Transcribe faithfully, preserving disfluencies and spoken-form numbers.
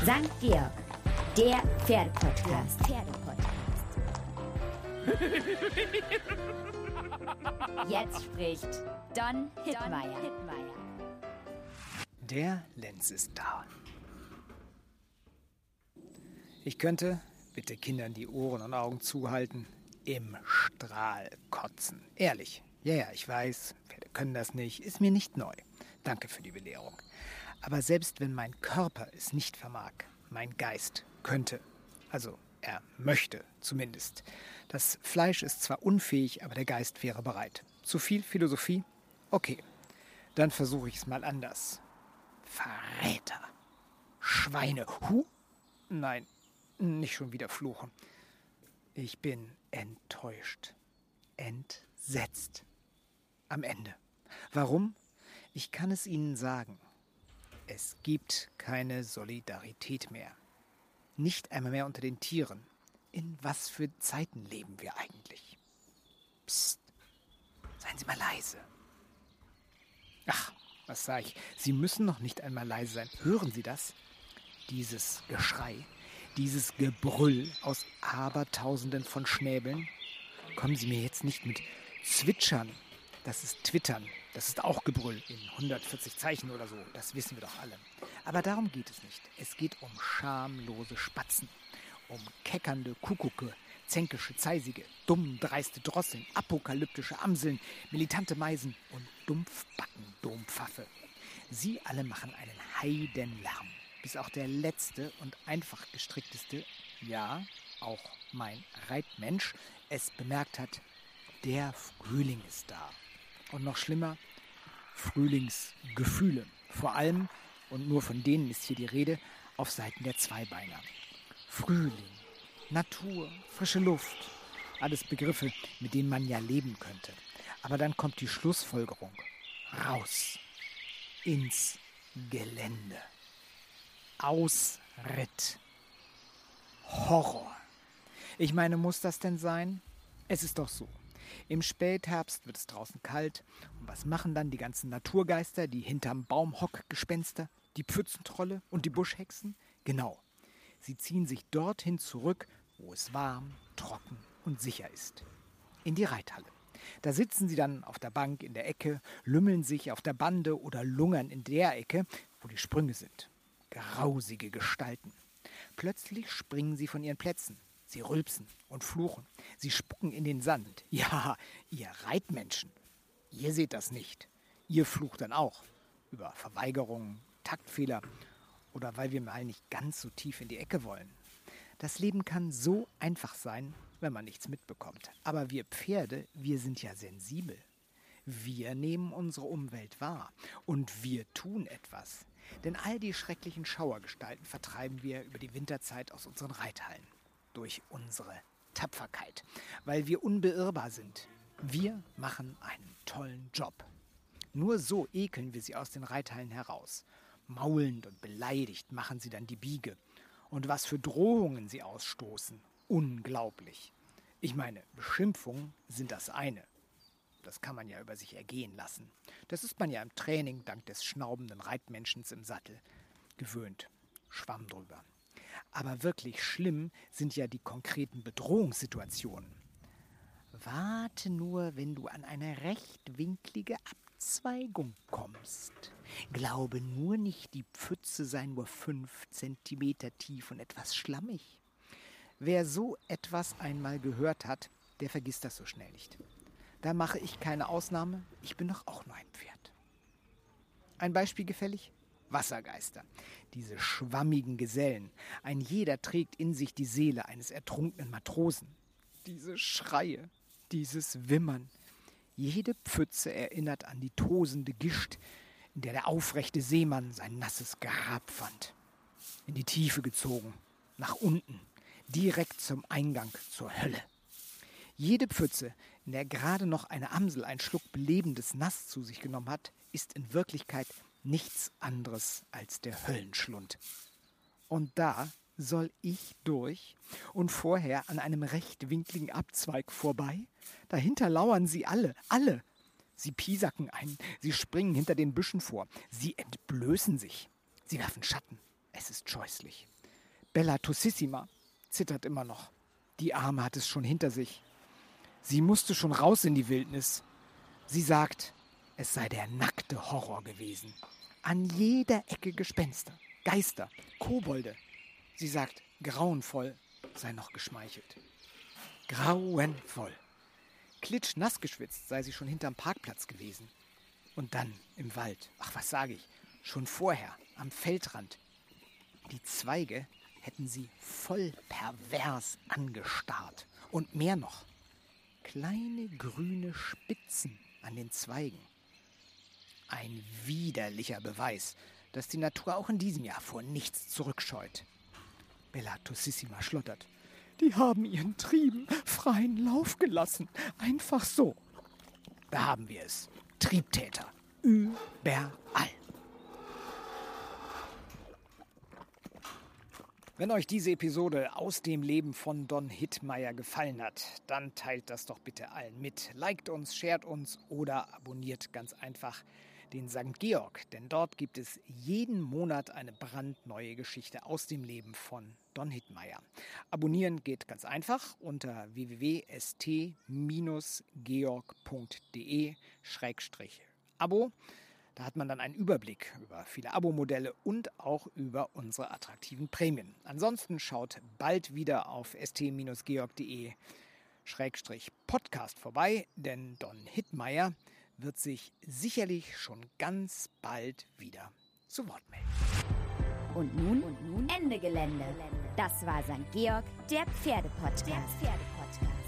Sankt Georg, der Pferdepodcast. Pferdepodcast. Jetzt spricht Don Hittmeier. Der Lenz ist da. Ich könnte, bitte Kindern die Ohren und Augen zuhalten, im Strahl kotzen. Ehrlich. Ja, ja, ich weiß, Pferde können das nicht, ist mir nicht neu. Danke für die Belehrung. Aber selbst wenn mein Körper es nicht vermag, mein Geist könnte, also er möchte zumindest. Das Fleisch ist zwar unfähig, aber der Geist wäre bereit. Zu viel Philosophie? Okay, dann versuche ich es mal anders. Verräter. Schweine. Hu? Nein, nicht schon wieder fluchen. Ich bin enttäuscht. Entsetzt. Am Ende. Warum? Ich kann es Ihnen sagen. Es gibt keine Solidarität mehr. Nicht einmal mehr unter den Tieren. In was für Zeiten leben wir eigentlich? Psst. Seien Sie mal leise. Ach, was sag ich? Sie müssen noch nicht einmal leise sein. Hören Sie das? Dieses Geschrei, dieses Gebrüll aus Abertausenden von Schnäbeln. Kommen Sie mir jetzt nicht mit Zwitschern. Das ist Twittern. Das ist auch Gebrüll in hundertvierzig Zeichen oder so. Das wissen wir doch alle. Aber darum geht es nicht. Es geht um schamlose Spatzen. Um keckernde Kuckucke, zänkische Zeisige, dumm dreiste Drosseln, apokalyptische Amseln, militante Meisen und Dumpfbacken Dompfaffe. Sie alle machen einen Heidenlärm, bis auch der letzte und einfach gestrickteste, ja, auch mein Reitmensch, es bemerkt hat, der Frühling ist da. Und noch schlimmer, Frühlingsgefühle. Vor allem, und nur von denen ist hier die Rede, auf Seiten der Zweibeiner. Frühling, Natur, frische Luft, alles Begriffe, mit denen man ja leben könnte. Aber dann kommt die Schlussfolgerung. Raus, ins Gelände. Ausritt. Horror. Ich meine, muss das denn sein? Es ist doch so. Im Spätherbst wird es draußen kalt. Und was machen dann die ganzen Naturgeister, die hinterm Baumhockgespenster, die Pfützentrolle und die Buschhexen? Genau. Sie ziehen sich dorthin zurück, wo es warm, trocken und sicher ist. In die Reithalle. Da sitzen sie dann auf der Bank in der Ecke, lümmeln sich auf der Bande oder lungern in der Ecke, wo die Sprünge sind. Grausige Gestalten. Plötzlich springen sie von ihren Plätzen. Sie rülpsen und fluchen. Sie spucken in den Sand. Ja, ihr Reitmenschen. Ihr seht das nicht. Ihr flucht dann auch. Über Verweigerungen, Taktfehler oder weil wir mal nicht ganz so tief in die Ecke wollen. Das Leben kann so einfach sein, wenn man nichts mitbekommt. Aber wir Pferde, wir sind ja sensibel. Wir nehmen unsere Umwelt wahr und wir tun etwas. Denn all die schrecklichen Schauergestalten vertreiben wir über die Winterzeit aus unseren Reithallen. Durch unsere Tapferkeit, weil wir unbeirrbar sind. Wir machen einen tollen Job. Nur so ekeln wir sie aus den Reithallen heraus. Maulend und beleidigt machen sie dann die Biege. Und was für Drohungen sie ausstoßen. Unglaublich. Ich meine, Beschimpfungen sind das eine. Das kann man ja über sich ergehen lassen. Das ist man ja im Training dank des schnaubenden Reitmenschens im Sattel gewöhnt. Schwamm drüber. Aber wirklich schlimm sind ja die konkreten Bedrohungssituationen. Warte nur, wenn du an eine rechtwinklige Abzweigung kommst. Glaube nur nicht, die Pfütze sei nur fünf Zentimeter tief und etwas schlammig. Wer so etwas einmal gehört hat, der vergisst das so schnell nicht. Da mache ich keine Ausnahme, ich bin doch auch nur ein Pferd. Ein Beispiel gefällig? Wassergeister, diese schwammigen Gesellen. Ein jeder trägt in sich die Seele eines ertrunkenen Matrosen. Diese Schreie, dieses Wimmern. Jede Pfütze erinnert an die tosende Gischt, in der der aufrechte Seemann sein nasses Grab fand. In die Tiefe gezogen, nach unten, direkt zum Eingang zur Hölle. Jede Pfütze, in der gerade noch eine Amsel einen Schluck belebendes Nass zu sich genommen hat, ist in Wirklichkeit nichts anderes als der Höllenschlund. Und da soll ich durch und vorher an einem rechtwinkligen Abzweig vorbei? Dahinter lauern sie alle, alle. Sie piesacken ein, sie springen hinter den Büschen vor, sie entblößen sich, sie werfen Schatten. Es ist scheußlich. Bella Tossissima zittert immer noch. Die Arme hat es schon hinter sich. Sie musste schon raus in die Wildnis. Sie sagt, es sei der nackte Horror gewesen. An jeder Ecke Gespenster, Geister, Kobolde. Sie sagt, grauenvoll sei noch geschmeichelt. Grauenvoll. Klitschnass geschwitzt sei sie schon hinterm Parkplatz gewesen. Und dann im Wald, ach was sage ich, schon vorher, am Feldrand. Die Zweige hätten sie voll pervers angestarrt. Und mehr noch, kleine grüne Spitzen an den Zweigen. Ein widerlicher Beweis, dass die Natur auch in diesem Jahr vor nichts zurückscheut. Bella Tossissima schlottert. Die haben ihren Trieben freien Lauf gelassen. Einfach so. Da haben wir es. Triebtäter. Überall. Wenn euch diese Episode aus dem Leben von Don Hittmeyer gefallen hat, dann teilt das doch bitte allen mit. Liked uns, shared uns oder abonniert ganz einfach den Sankt Georg, denn dort gibt es jeden Monat eine brandneue Geschichte aus dem Leben von Don Hittmeyer. Abonnieren geht ganz einfach unter w w w punkt s t georg punkt d e schrägstrich abo. Da hat man dann einen Überblick über viele Abo-Modelle und auch über unsere attraktiven Prämien. Ansonsten schaut bald wieder auf s t georg punkt d e schrägstrich podcast vorbei, denn Don Hittmeyer wird sich sicherlich schon ganz bald wieder zu Wort melden. Und nun, und nun Ende Gelände. Das war Sankt Georg, der Pferdepodcast. Der Pferdepodcast.